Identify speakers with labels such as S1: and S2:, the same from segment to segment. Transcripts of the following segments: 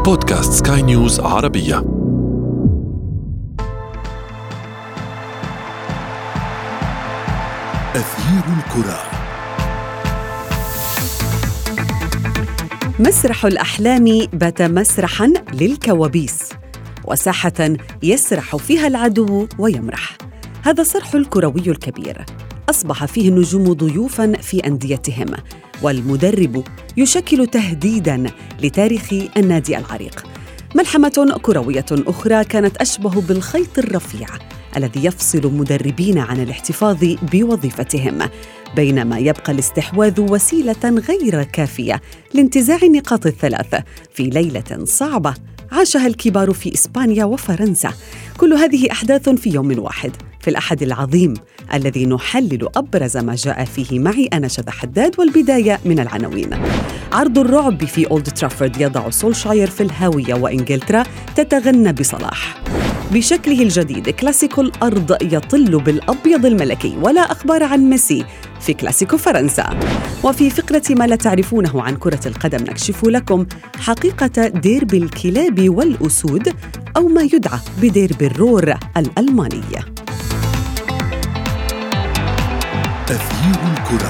S1: بودكاست سكاي نيوز عربية. أثير الكرة.
S2: مسرح الأحلام بات مسرحاً للكوابيس، وساحة يسرح فيها العدو ويمرح. هذا الصرح الكروي الكبير أصبح فيه النجوم ضيوفاً في أنديتهم، والمدرب يشكل تهديداً لتاريخ النادي العريق. ملحمة كروية أخرى كانت أشبه بالخيط الرفيع الذي يفصل مدربين عن الاحتفاظ بوظيفتهم، بينما يبقى الاستحواذ وسيلة غير كافية لانتزاع النقاط الثلاث في ليلة صعبة عاشها الكبار في إسبانيا وفرنسا. كل هذه أحداث في يوم واحد، في الأحد العظيم الذي نحلل أبرز ما جاء فيه. معي أنا شذى حداد، والبداية من العناوين. عرض الرعب في أولد ترافورد يضع سولشاير في الهاوية، وإنجلترا تتغنى بصلاح. بشكله الجديد كلاسيكو الأرض يطل بالأبيض الملكي، ولا أخبار عن ميسي في كلاسيكو فرنسا. وفي فقرة ما لا تعرفونه عن كرة القدم نكشف لكم حقيقة ديربي الكلاب والأسود، أو ما يدعى بديربي الرور الألماني.
S1: أثير الكرة.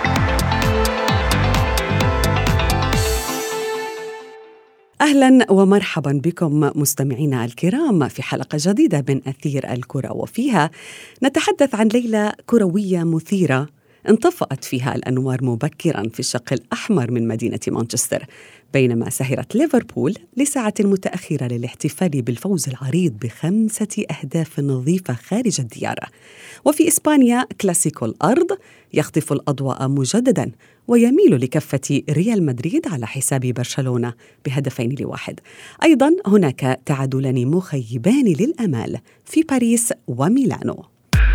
S2: أهلاً ومرحباً بكم مستمعينا الكرام في حلقة جديدة من أثير الكرة، وفيها نتحدث عن ليلة كروية مثيرة انطفأت فيها الأنوار مبكراً في الشق الأحمر من مدينة مانشستر، بينما سهرت ليفربول لساعة متأخرة للاحتفال بالفوز العريض ب5 أهداف نظيفة خارج الديار. وفي إسبانيا كلاسيكو الأرض يخطف الأضواء مجدداً، ويميل لكفة ريال مدريد على حساب برشلونة ب2-1. أيضاً هناك تعادلان مخيبان للأمال في باريس وميلانو.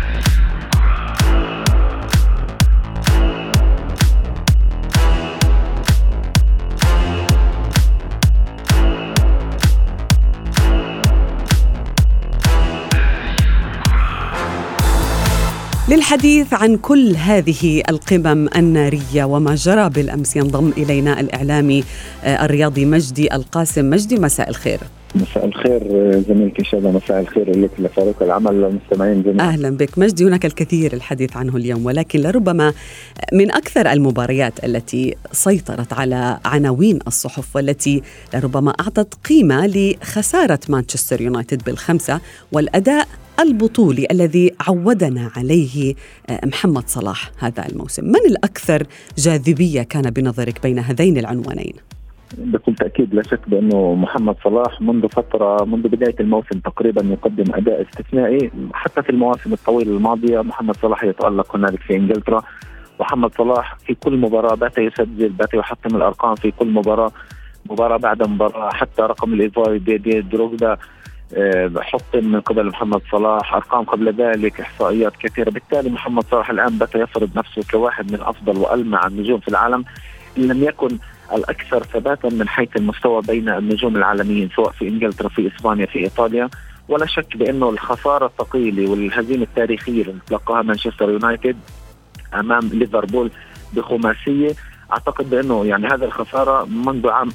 S2: للحديث عن كل هذه القمم النارية وما جرى بالأمس ينضم إلينا الإعلامي الرياضي مجدي القاسم. مجدي، مساء الخير.
S3: مساء الخير زميلك شذى، مساء الخير لك لفريق العمل والمستمعين جميعا.
S2: أهلا بك مجدي. هناك الكثير الحديث عنه اليوم، ولكن لربما من أكثر المباريات التي سيطرت على عناوين الصحف، والتي لربما أعطت قيمة لخسارة مانشستر يونايتد بال5، والأداء البطولي الذي عودنا عليه محمد صلاح هذا الموسم. من الأكثر جاذبية كان بنظرك بين هذين العنوانين؟
S3: بكل تأكيد لا شك بأنه محمد صلاح منذ فترة، منذ بداية الموسم تقريبا، يقدم أداء استثنائي. حتى في المواسم الطويلة الماضية محمد صلاح يتألق هنالك في إنجلترا. محمد صلاح في كل مباراة بات يسجل، بات يحطم الأرقام في كل مباراة بعد مباراة. حتى رقم الإيفاي دي دروغدا حطم من قبل محمد صلاح، أرقام قبل ذلك، إحصائيات كثيرة. بالتالي محمد صلاح الآن بات يفرض نفسه كواحد من أفضل وألمع النجوم في العالم، إن لم يكن الأكثر ثباتا من حيث المستوى بين النجوم العالميين، سواء في إنجلترا، في إسبانيا، في إيطاليا. ولا شك بأنه الخسارة الثقيلة والهزيمة التاريخية اللي تلقاها مانشستر يونايتد أمام ليفربول ب5، أعتقد بأنه يعني هذه الخسارة منذ عام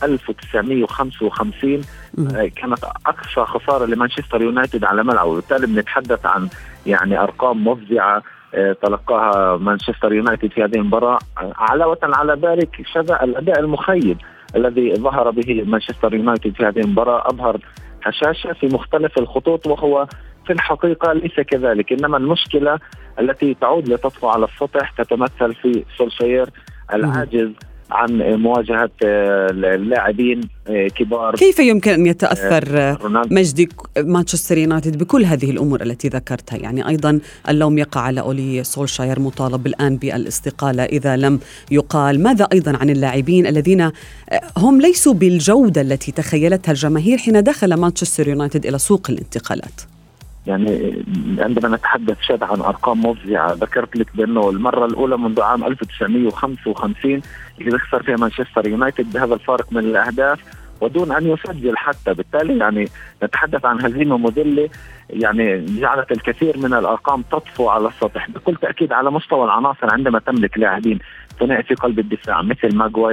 S3: 1955 كانت أقصى خسارة لمانشستر يونايتد على ملعبه. وبالتالي بنتحدث عن يعني أرقام مفزعة تلقاها مانشستر يونايتد في هذه المباراة. علاوة على ذلك شذى الأداء المخيب الذي ظهر به مانشستر يونايتد في هذه المباراة، أظهر هشاشة في مختلف الخطوط، وهو في الحقيقة ليس كذلك. إنما المشكلة التي تعود لتطفو على السطح تتمثل في سولشاير العاجز عن مواجهة اللاعبين كبار.
S2: كيف يمكن أن يتأثر مجدي مانشستر يونايتد بكل هذه الأمور التي ذكرتها؟ يعني أيضا اللوم يقع على أولي سولشاير، مطالب الآن بالاستقالة إذا لم يقال. ماذا أيضا عن اللاعبين الذين هم ليسوا بالجودة التي تخيلتها الجماهير حين دخل مانشستر يونايتد إلى سوق الانتقالات؟
S3: يعني عندما نتحدث شد عن أرقام مفزعة، ذكرت لك بأنه المرة الأولى منذ عام 1955 اللي خسر فيها مانشستر يونايتد بهذا الفارق من الأهداف ودون أن يسجل حتى. بالتالي يعني نتحدث عن هزيمة مذلة يعني جعلت الكثير من الأرقام تطفو على السطح. بكل تأكيد على مستوى العناصر، عندما تملك لاعبين ثنائي في قلب الدفاع مثل ماغواير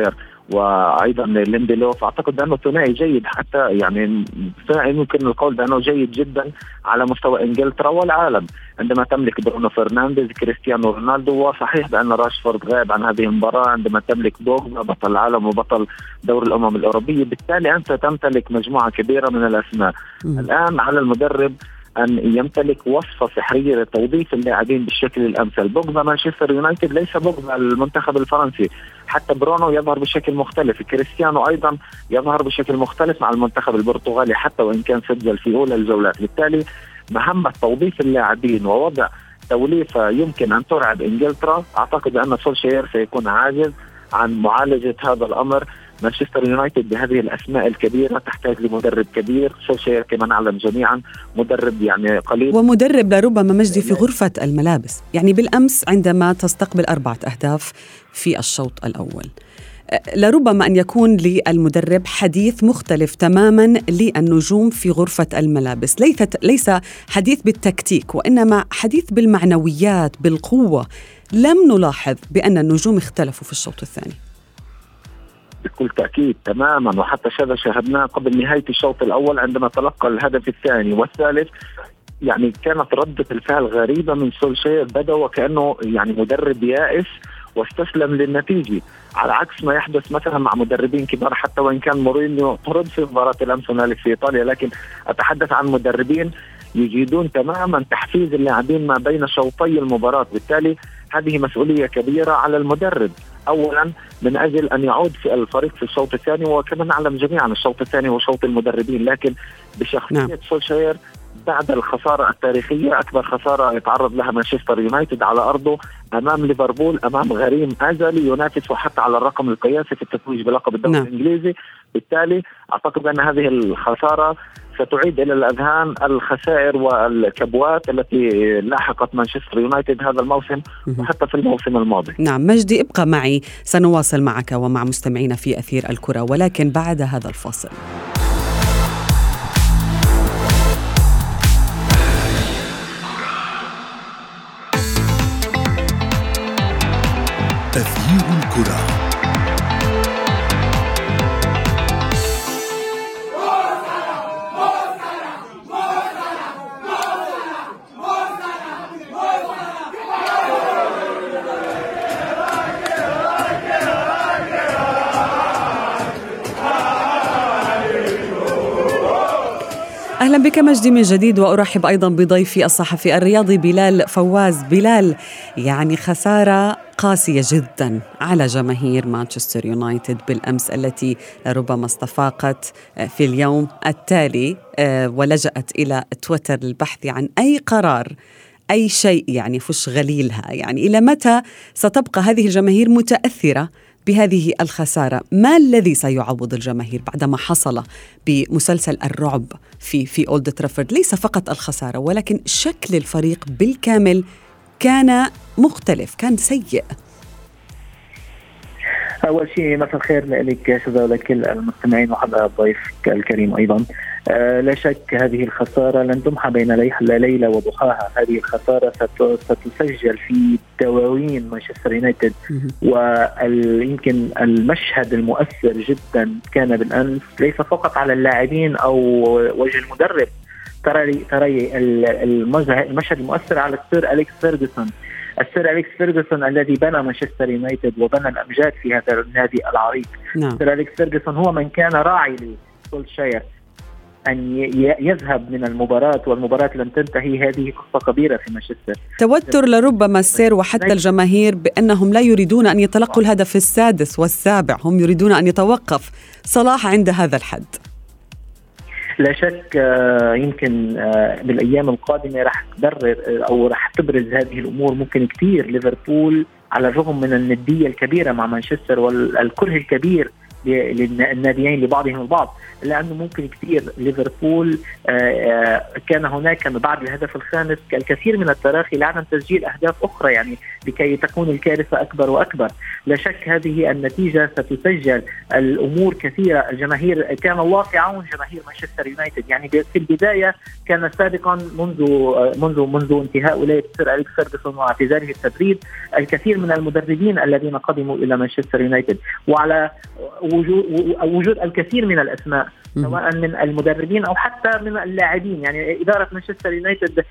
S3: وايضا ليندلوف. اعتقد انه ثنائي جيد، حتى يعني ثنائي يمكن القول بانه جيد جدا على مستوى انجلترا والعالم، عندما تملك برونو فرنانديز، كريستيانو رونالدو، وصحيح بان راشفورد غاب عن هذه المباراه، عندما تملك بوجبا بطل العالم وبطل دور الامم الاوروبيه، بالتالي انت تمتلك مجموعه كبيره من الاسماء. الان على المدرب أن يمتلك وصفة سحرية لتوظيف اللاعبين بالشكل الأمثل. بوجبا مانشستر يونايتد ليس بوجبا المنتخب الفرنسي، حتى برونو يظهر بشكل مختلف، كريستيانو أيضا يظهر بشكل مختلف مع المنتخب البرتغالي حتى وإن كان سجل في أولى الجولات. بالتالي مهمة توظيف اللاعبين ووضع توليفة يمكن أن ترعب إنجلترا، أعتقد أن سولشاير سيكون عاجز عن معالجة هذا الأمر. مانشستر يونايتد بهذه الأسماء الكبيرة تحتاج لمدرب كبير. سولشاير كما نعلم جميعا مدرب يعني قليل،
S2: ومدرب لربما مجدي في غرفة الملابس. يعني بالأمس عندما تستقبل 4 أهداف في الشوط الأول، لربما أن يكون للمدرب حديث مختلف تماما للنجوم في غرفة الملابس، ليس حديث بالتكتيك وإنما حديث بالمعنويات، بالقوة. لم نلاحظ بأن النجوم اختلفوا في الشوط الثاني
S3: بكل تأكيد تماما، وحتى شاهدناه قبل نهاية الشوط الأول عندما تلقى الهدف الثاني والثالث. يعني كانت ردة الفعل غريبة من سولشاير، بدأ وكأنه يعني مدرب يائس واستسلم للنتيجة، على عكس ما يحدث مثلا مع مدربين كبار، حتى وإن كان مورينيو طرد في مباراة الأمس هنالك في إيطاليا، لكن أتحدث عن مدربين يجيدون تماما تحفيز اللاعبين ما بين شوطي المباراة. بالتالي هذه مسؤولية كبيرة على المدرب، أولا من أجل أن يعود في الفريق في الشوط الثاني، وكما نعلم جميعا الشوط الثاني هو شوط المدربين، لكن بشخصية سولشاير بعد الخسارة التاريخية، أكبر خسارة يتعرض لها مانشستر يونايتد على أرضه أمام ليفربول، أمام غريم أزلي ينافس حتى على الرقم القياسي في التتويج بلقب الدوري الإنجليزي. بالتالي أعتقد أن هذه الخسارة ستعيد إلى الأذهان الخسائر والكبوات التي لاحقت مانشستر يونايتد هذا الموسم وحتى في الموسم الماضي.
S2: نعم مجدي، ابقى معي، سنواصل معك ومع مستمعينا في أثير الكرة، ولكن بعد هذا الفاصل.
S1: أثير الكرة.
S2: أهلا بك مجدي من جديد، وأرحب أيضا بضيفي الصحفي الرياضي بلال فواز. بلال، يعني خسارة قاسية جدا على جماهير مانشستر يونايتد بالأمس، التي ربما استفاقت في اليوم التالي ولجأت إلى تويتر للبحث عن أي قرار، أي شيء يعني فش غليلها. يعني إلى متى ستبقى هذه الجماهير متأثرة بهذه الخسارة؟ ما الذي سيعوض الجماهير بعدما حصل بمسلسل الرعب في أولد ترافورد؟ ليس فقط الخسارة ولكن شكل الفريق بالكامل كان مختلف، كان سيء.
S4: أول شيء مساء الخير لك شذا ولكل المستمعين وحضر ضيفك الكريم أيضا. لا شك هذه الخسارة لن تمحى بين ليلة وضحاها. هذه الخسارة ستسجل في دواوين مانشستر يونايتد، ويمكن المشهد المؤثر جدا كان بالأمس ليس فقط على اللاعبين أو وجه المدرب. ترى المشهد المؤثر على السير أليكس فيرغسون الذي بنى مانشستر يونايتد وبنى الأمجاد في هذا النادي العريق. سير أليكس فيرغسون هو من كان راعي لسولشاير أن يذهب من المباراة، والمباراة لم تنتهي. هذه قصة كبيرة في مانشستر.
S2: توتر لربما السير وحتى الجماهير بأنهم لا يريدون أن يتلقوا الهدف السادس والسابع، هم يريدون أن يتوقف صلاح عند هذا الحد.
S4: لا شك يمكن بالأيام القادمة راح تبرر أو راح تبرز هذه الأمور. ممكن كثير ليفربول على الرغم من الندية الكبيرة مع مانشستر والكره الكبير للناديين لبعضهم البعض، لأنه ممكن كثير ليفربول كان هناك بعد الهدف الخامس الكثير من التراخي لعدم تسجيل أهداف أخرى، يعني لكي تكون الكارثة أكبر وأكبر. لا شك هذه النتيجة ستسجل الأمور كثيرة. الجماهير كان الله في عون جماهير مانشستر يونايتد. يعني في البداية كان سابقا منذ انتهاء ولاية سير أليكس فيرغسون واعتزاله التدريب الكثير من المدربين الذين قدموا إلى مانشستر يونايتد، وجود الكثير من الأسماء سواء من المدربين أو حتى من اللاعبين. يعني إدارة مانشستر يونايتد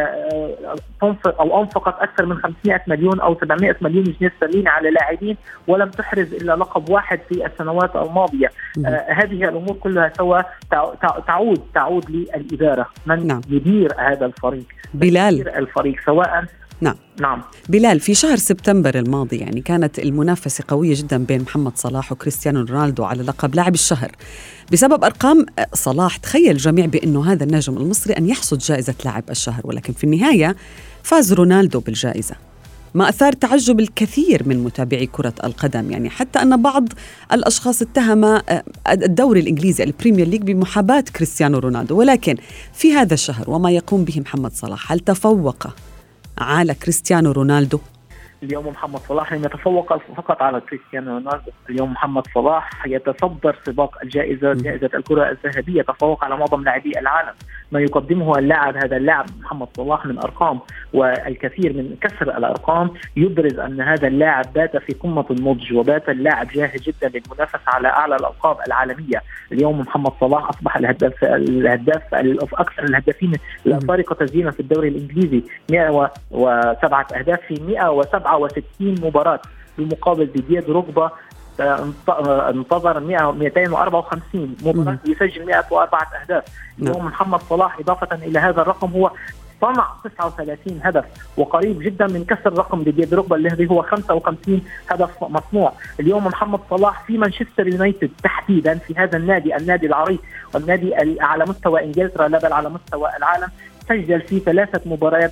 S4: أنفقت أكثر من 500 مليون أو 700 مليون جنيه استرليني على لاعبين ولم تحرز إلا لقب واحد في السنوات الماضية. هذه الأمور كلها سوا تعود للإدارة من يدير هذا الفريق،
S2: بلال
S4: الفريق سواء.
S2: نعم بلال، في شهر سبتمبر الماضي يعني كانت المنافسة قوية جدا بين محمد صلاح وكريستيانو رونالدو على لقب لاعب الشهر بسبب أرقام صلاح. تخيل الجميع بأنه هذا النجم المصري أن يحصد جائزة لاعب الشهر، ولكن في النهاية فاز رونالدو بالجائزة، ما أثار تعجب الكثير من متابعي كرة القدم. يعني حتى أن بعض الأشخاص اتهم الدوري الإنجليزي البريمير ليج بمحاباة كريستيانو رونالدو. ولكن في هذا الشهر وما يقوم به محمد صلاح، هل تفوق على كريستيانو رونالدو؟
S4: اليوم محمد صلاح لم يتفوق فقط على كريستيانو رونالدو، اليوم محمد صلاح يتصدر سباق جائزة الكرة الذهبية، تفوق على معظم لاعبي العالم. ما يقدمه هذا اللاعب محمد صلاح من أرقام والكثير من كسر الأرقام يبرز أن هذا اللاعب بات في قمة النضج وبات اللاعب جاهز جدا للمنافسة على أعلى الألقاب العالمية. اليوم محمد صلاح أصبح الهداف أكثر الهدافين الأفارقة تسجيلا في الدوري الإنجليزي، 107 أهداف في 167 مباراة، بالمقابل ديديه دروجبا انتظر 254 مباراة يسجل 104 أهداف. اليوم محمد صلاح إضافة إلى هذا الرقم هو صنع 39 هدف وقريب جدا من كسر رقم ديديه دروجبا الذي هو 55 هدف مصنوع. اليوم محمد صلاح في مانشستر يونايتد تحديدا، في هذا النادي العريق والنادي على مستوى إنجلترا لا بل على مستوى العالم، سجل في 3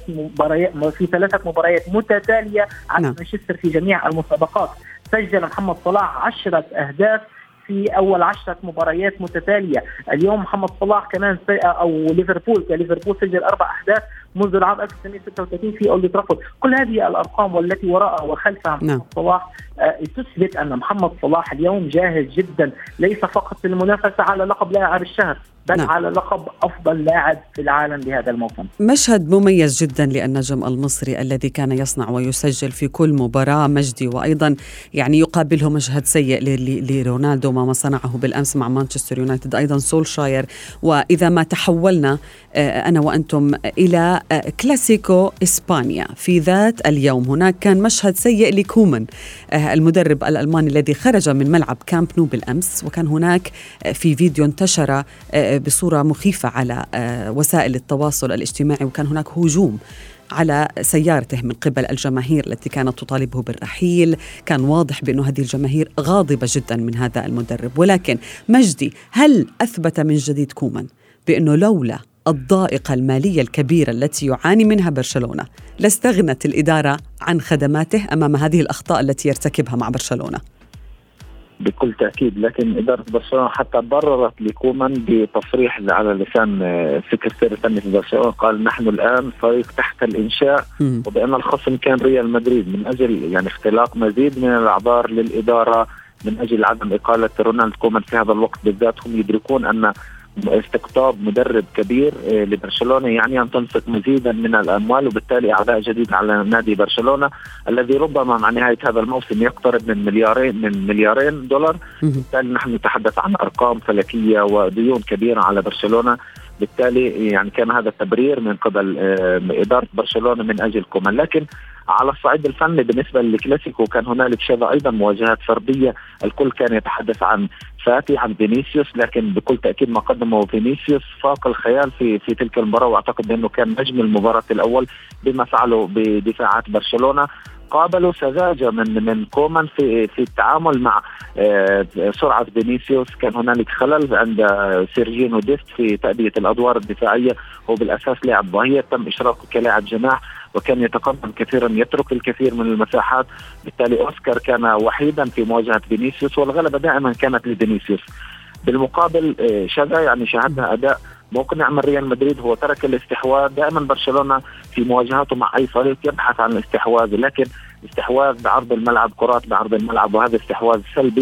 S4: مباريات متتالية على مانشستر في جميع المسابقات. سجل محمد صلاح 10 أهداف في أول 10 مباريات متتالية. اليوم محمد صلاح كمان ليفربول سجل 4 أهداف منذ العام 1936 في أولد ترافورد. كل هذه الأرقام والتي وراءها وخلفها محمد صلاح تثبت أن محمد صلاح اليوم جاهز جدا، ليس فقط للمنافسة على لقب لاعب الشهر بل على لقب أفضل لاعب في العالم بهذا الموسم.
S2: مشهد مميز جدا للنجم المصري الذي كان يصنع ويسجل في كل مباراة مجدي، وأيضا يعني يقابله مشهد سيء لرونالدو ما صنعه بالأمس مع مانشستر يونايتد، أيضا سولشاير. وإذا ما تحولنا أنا وأنتم إلى كلاسيكو إسبانيا في ذات اليوم، هناك كان مشهد سيء لكومان المدرب الألماني الذي خرج من ملعب كامب نو بالأمس، وكان هناك في فيديو انتشر بصورة مخيفة على وسائل التواصل الاجتماعي، وكان هناك هجوم على سيارته من قبل الجماهير التي كانت تطالبه بالرحيل. كان واضح بأن هذه الجماهير غاضبة جدا من هذا المدرب. ولكن مجدي، هل أثبت من جديد كومان بأنه لولا الضائقة المالية الكبيرة التي يعاني منها برشلونة لاستغنت الإدارة عن خدماته أمام هذه الأخطاء التي يرتكبها مع برشلونة؟
S3: بكل تأكيد، لكن إدارة برشلونة حتى بررت لكومان بتصريح على لسان سكرتير الفني في برشلونة، قال نحن الآن فريق تحت الإنشاء، وبأن الخصم كان ريال مدريد، من أجل يعني اختلاق مزيد من الأعذار للإدارة من أجل عدم إقالة رونالد كومان في هذا الوقت بالذات. هم يدركون أن استقطاب مدرب كبير لبرشلونة يعني أن تنفق مزيدا من الأموال، وبالتالي أعباء جديد على نادي برشلونة الذي ربما مع نهاية هذا الموسم يقترب من مليارين دولار. بالتالي نحن نتحدث عن أرقام فلكية وديون كبيرة على برشلونة. بالتالي يعني كان هذا التبرير من قبل إدارة برشلونة من أجل كومان. لكن على الصعيد الفني بالنسبة للكلاسيكو كان هنالك شذا أيضا، مواجهات فردية. الكل كان يتحدث عن فاتي، عن فينيسيوس، لكن بكل تأكيد ما قدمه فينيسيوس فاق الخيال في تلك المباراة، وأعتقد أنه كان نجم المباراة الأول بما فعله بدفاعات برشلونة. قابلوا سذاجة من كومان في التعامل مع سرعة فينيسيوس. كان هنالك خلل عند سيرجينو ديست في تأدية الأدوار الدفاعية، هو بالأساس لاعب ظهير تم إشراكه كلاعب جناح، وكان يتقدم كثيرا يترك الكثير من المساحات. بالتالي أوسكار كان وحيدا في مواجهة فينيسيوس، والغلبة دائما كانت لفينيسيوس. بالمقابل شذا يعني شاهدنا أداء مقنع من ريال مدريد، هو ترك الاستحواذ. دائما برشلونة في مواجهاته مع أي فريق يبحث عن الاستحواذ، لكن استحواذ بعرض الملعب، كرات بعرض الملعب، وهذا استحواذ سلبي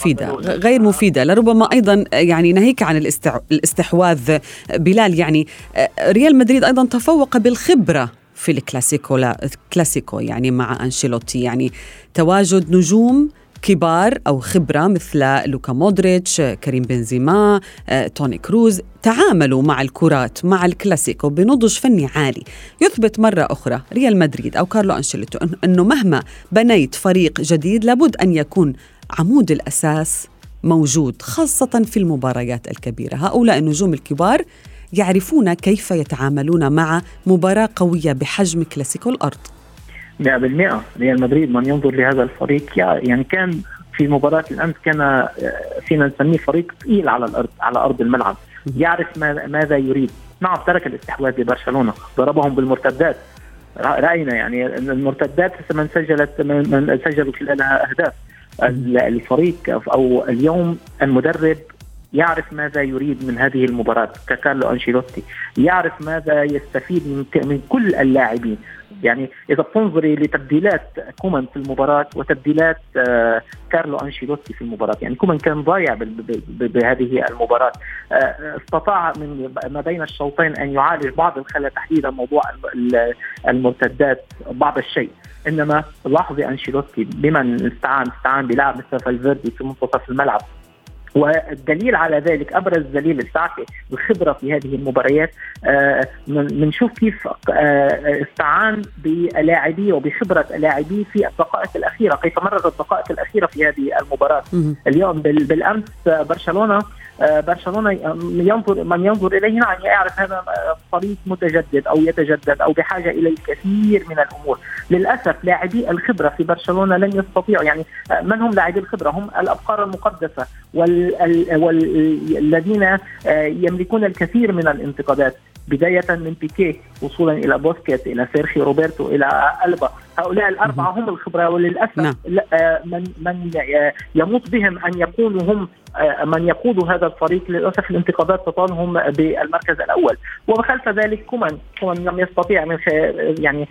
S2: غير مفيدة لربما أيضا. يعني ناهيك عن الاستحواذ بلال، يعني ريال مدريد أيضا تفوق بالخبرة في الكلاسيكو يعني مع أنشيلوتي، يعني تواجد نجوم كبار أو خبرة مثل لوكا مودريتش، كريم بنزيما، توني كروز تعاملوا مع الكرات مع الكلاسيكو بنضج فني عالي. يثبت مرة أخرى ريال مدريد أو كارلو أنشيلوتي أنه مهما بنيت فريق جديد لابد أن يكون عمود الأساس موجود، خاصة في المباريات الكبيرة. هؤلاء النجوم الكبار يعرفون كيف يتعاملون مع مباراة قوية بحجم كلاسيكو الأرض.
S4: 100% ريال مدريد من ينظر لهذا الفريق يعني كان في مباراة الأمس كان فينا نسميه فريق ثقيل على الأرض، على أرض الملعب، يعرف ماذا يريد. نعم ترك الاستحواذ لبرشلونة، ضربهم بالمرتدات، رأينا يعني المرتدات من سجلوا خلالها أهداف. الفريق أو اليوم المدرب يعرف ماذا يريد من هذه المباراة ككارلو أنشيلوتي، يعرف ماذا يستفيد من كل اللاعبين. يعني إذا بتنظري لتبديلات كومان في المباراة وتبديلات كارلو أنشيلوتي في المباراة، يعني كومان كان ضايع بهذه المباراة، استطاع من ما بين الشوطين أن يعالج بعض الخلل، تحديدا موضوع المرتدات بعض الشيء. إنما لاحظي أنشيلوتي بمن استعان بلاعب مثل فالفيردي في منتصف الملعب، والدليل على ذلك أبرز دليل الساعة الخبرة في هذه المباريات. منشوف كيف استعان بلاعبيه وبخبرة لاعبيه في الدقائق الأخيرة، كيف مرت الدقائق الأخيرة في هذه المباراة. اليوم بالأمس برشلونة من ينظر إليه نعم يعرف هذا فريق متجدد أو يتجدد أو بحاجة إلى الكثير من الأمور. للأسف لاعبي الخبرة في برشلونة لن يستطيعوا، يعني من هم لاعبي الخبرة؟ هم الأبقار المقدسة والذين يملكون الكثير من الانتقادات، بداية من بيكيه وصولا إلى بوسكيت إلى سيرخيو روبرتو إلى ألبا. هؤلاء الأربعة هم الخبرة، وللأسف من يموت بهم أن يكونوا هم من يقودوا هذا الفريق. للأسف الانتقادات تطالهم بالمركز الأول. وبخلف ذلك كومان لم يستطيع من يعني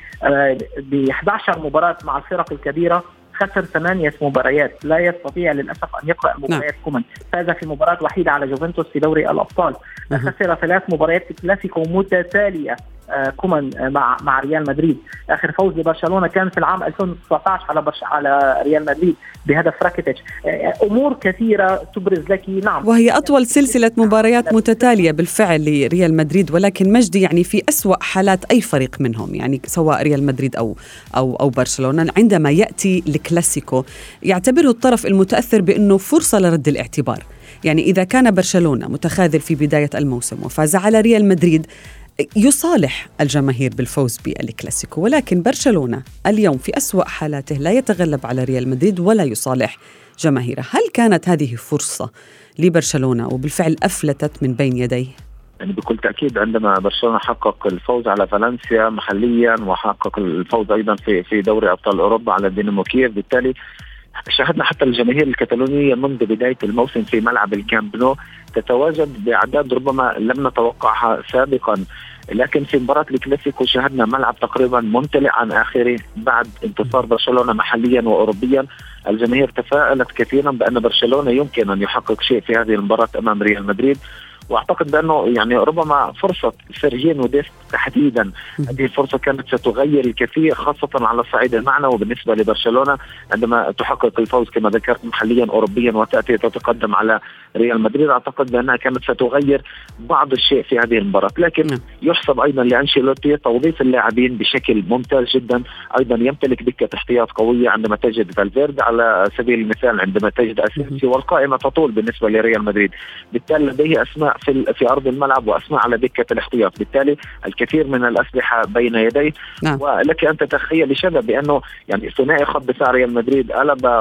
S4: ب 11 مباراة مع الفرق الكبيرة خسر 8 مباريات، لا يستطيع للأسف أن يقرأ مباريات كومان. فاز في مباراة وحيدة على جوفنتوس في دوري الأبطال. خسر 3 مباريات كلاسيكو متتالية كومان مع ريال مدريد. آخر فوز لبرشلونة كان في العام 2019 على ريال مدريد بهدف راكيتيتش. أمور كثيرة تبرز لك. نعم،
S2: وهي أطول سلسلة مباريات متتالية بالفعل لريال مدريد. ولكن مجدي يعني في أسوأ حالات أي فريق منهم، يعني سواء ريال مدريد أو برشلونة، عندما يأتي الكلاسيكو يعتبره الطرف المتأثر بأنه فرصة لرد الاعتبار. يعني إذا كان برشلونة متخاذل في بداية الموسم وفاز على ريال مدريد يصالح الجماهير بالفوز بالكلاسيكو، ولكن برشلونة اليوم في أسوأ حالاته لا يتغلب على ريال مدريد ولا يصالح جماهيره. هل كانت هذه فرصة لبرشلونة وبالفعل أفلتت من بين يديه؟
S3: يعني بكل تأكيد عندما برشلونة حقق الفوز على فالنسيا محليا وحقق الفوز أيضا في دوري أبطال أوروبا على دينامو كييف، بالتالي شاهدنا حتى الجماهير الكتالونية منذ بداية الموسم في ملعب الكامب نو تتواجد بأعداد ربما لم نتوقعها سابقا. لكن في مباراة الكلاسيكو شاهدنا ملعب تقريبا ممتلئ عن آخره بعد انتصار برشلونة محليا وأوروبيا. الجماهير تفائلت كثيرا بأن برشلونة يمكن أن يحقق شيء في هذه المباراة أمام ريال مدريد، واعتقد بانه يعني ربما فرصه سيرجينيو ديست تحديدا، هذه الفرصه كانت ستغير الكثير خاصه على الصعيد المعنوي بالنسبه لبرشلونه عندما تحقق الفوز كما ذكرت محليا اوروبيا وتاتي تتقدم على ريال مدريد. اعتقد بانها كانت ستغير بعض الشيء في هذه المباراه، لكن يحسب ايضا لأنشيلوتي توظيف اللاعبين بشكل ممتاز جدا. ايضا يمتلك دكه احتياط قويه عندما تجد فالفيردي على سبيل المثال، عندما تجد اسينسيو، والقائمه تطول بالنسبه لريال مدريد. بالتالي لديه اسماء في أرض الملعب وأسماء على دكة الاحتياط، بالتالي الكثير من الأسلحة بين يديه. ولك أن تتخيل شبه بأنه يعني ثنائي خط دفاع ريال مدريد ألابا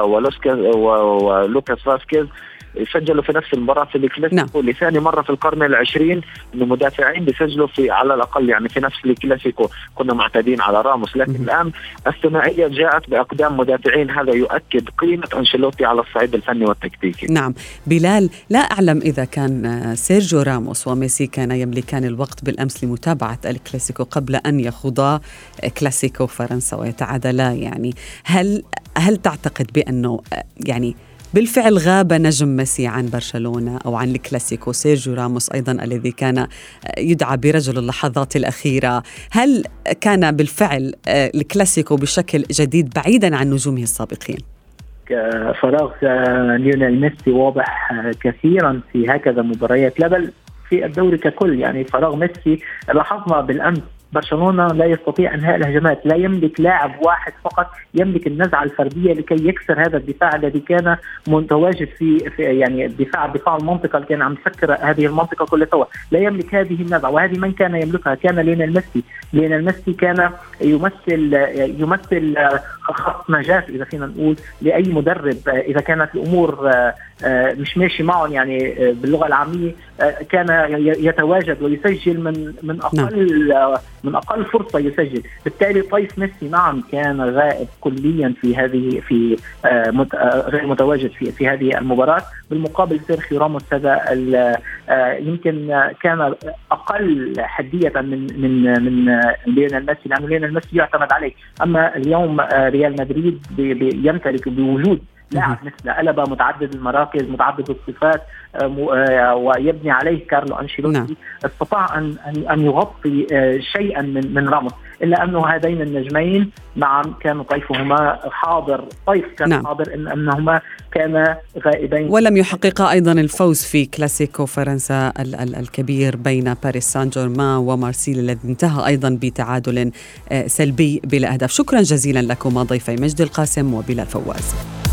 S3: ولوكاس فاسكيز يسجلوا في نفس المباراة في الكلاسيكو لثاني مرة في القرن العشرين إنه مدافعين بيسجلوا في على الأقل يعني في نفس الكلاسيكو. كنا معتادين على راموس، لكن الآن الثنائية جاءت بأقدام مدافعين، هذا يؤكد قيمة أنشيلوتي على الصعيد الفني والتكتيكي.
S2: نعم بلال، لا أعلم إذا كان سيرجيو راموس وميسي كان يملكان الوقت بالأمس لمتابعة الكلاسيكو قبل أن يخوضا كلاسيكو فرنسا ويتعادلا. يعني هل تعتقد بأنه يعني بالفعل غاب نجم ميسي عن برشلونة أو عن الكلاسيكو؟ سيرجيو راموس أيضا الذي كان يدعى برجل اللحظات الأخيرة، هل كان بالفعل الكلاسيكو بشكل جديد بعيدا عن نجومه السابقين؟
S4: فراغ ليونيل ميسي واضح كثيرا في هكذا مباريات، لا بل في الدوري ككل. يعني فراغ ميسي لاحظنا بالأمس برشلونة لا يستطيع انهاء الهجمات، لا يملك لاعب واحد فقط يملك النزعة الفردية لكي يكسر هذا الدفاع الذي كان متواجد في يعني دفاع المنطقة اللي كان عم يسكر هذه المنطقة كلها سوا، لا يملك هذه النزعة. وهذه من كان يملكها؟ كان ليونيل ميسي كان يمثل خط نجاة إذا فينا نقول لأي مدرب إذا كانت الأمور مش ماشي معهم، يعني باللغة العامية كان يتواجد ويسجل من أقل فرصة يسجل. بالتالي طيف ميسي نعم كان غائب كليا في غير متواجد في هذه المباراة. بالمقابل سيرخيو راموس هذا يمكن كان أقل حدية من ليونيل ميسي، لأنه ليونيل ميسي يعتمد عليه. أما اليوم ريال مدريد يمتلك بوجود لاعب مثل ألابا متعدد المراكز متعدد الصفات ويبني عليه كارلو أنشيلوتي، استطاع أن يغطي شيئا من راموس، إلا أنه هذين النجمين نعم كانوا طيفهما حاضر، حاضر أنهما كانا غائبين،
S2: ولم يحققا أيضا الفوز في كلاسيكو فرنسا الكبير بين باريس سان جيرمان ومارسيليا الذي انتهى أيضا بتعادل سلبي بلا أهداف. شكرا جزيلا لكما ضيفي مجدي القاسم وبلال فواز.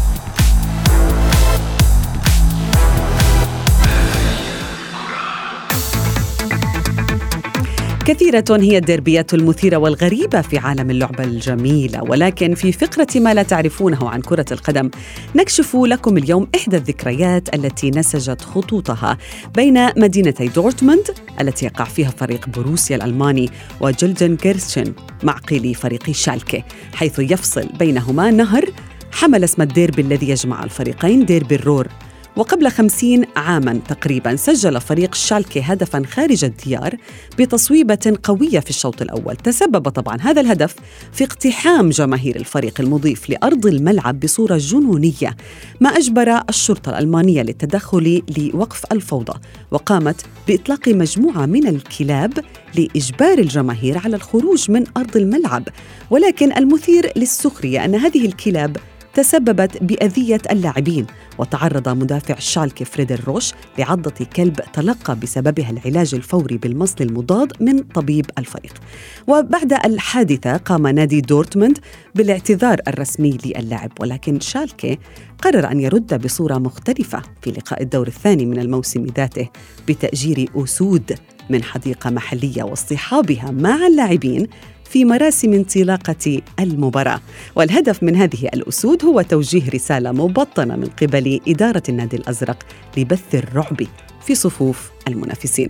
S2: كثيرة هي الديربيات المثيرة والغريبة في عالم اللعبة الجميلة، ولكن في فقرة ما لا تعرفونه عن كرة القدم نكشف لكم اليوم إحدى الذكريات التي نسجت خطوطها بين مدينتي دورتموند التي يقع فيها فريق بروسيا الألماني وجلدنكيرشن معقل فريق شالكي، حيث يفصل بينهما نهر حمل اسم الديربي الذي يجمع الفريقين ديربي الرور. وقبل 50 عاماً تقريباً سجل فريق شالكي هدفاً خارج الديار بتصويبة قوية في الشوط الأول، تسبب طبعاً هذا الهدف في اقتحام جماهير الفريق المضيف لأرض الملعب بصورة جنونية، ما أجبر الشرطة الألمانية للتدخل لوقف الفوضى، وقامت بإطلاق مجموعة من الكلاب لإجبار الجماهير على الخروج من أرض الملعب. ولكن المثير للسخرية أن هذه الكلاب تسببت بأذية اللاعبين، وتعرض مدافع شالكي فريدر روش لعضة كلب تلقى بسببها العلاج الفوري بالمصل المضاد من طبيب الفريق. وبعد الحادثة قام نادي دورتموند بالاعتذار الرسمي للاعب، ولكن شالكي قرر أن يرد بصورة مختلفة في لقاء الدور الثاني من الموسم ذاته بتأجير أسود من حديقة محلية واصطحابها مع اللاعبين في مراسم انطلاقة المباراة. والهدف من هذه الأسود هو توجيه رسالة مبطنة من قبل إدارة النادي الأزرق لبث الرعب في صفوف المنافسين.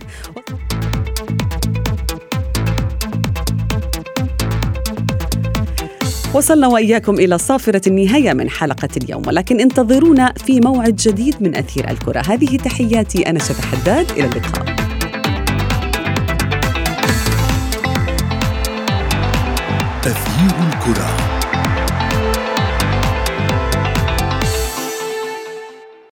S2: وصلنا وإياكم إلى صافرة النهاية من حلقة اليوم، ولكن انتظرونا في موعد جديد من أثير الكرة. هذه تحياتي، أنا شذى حداد، إلى اللقاء.
S1: أثير الكرة.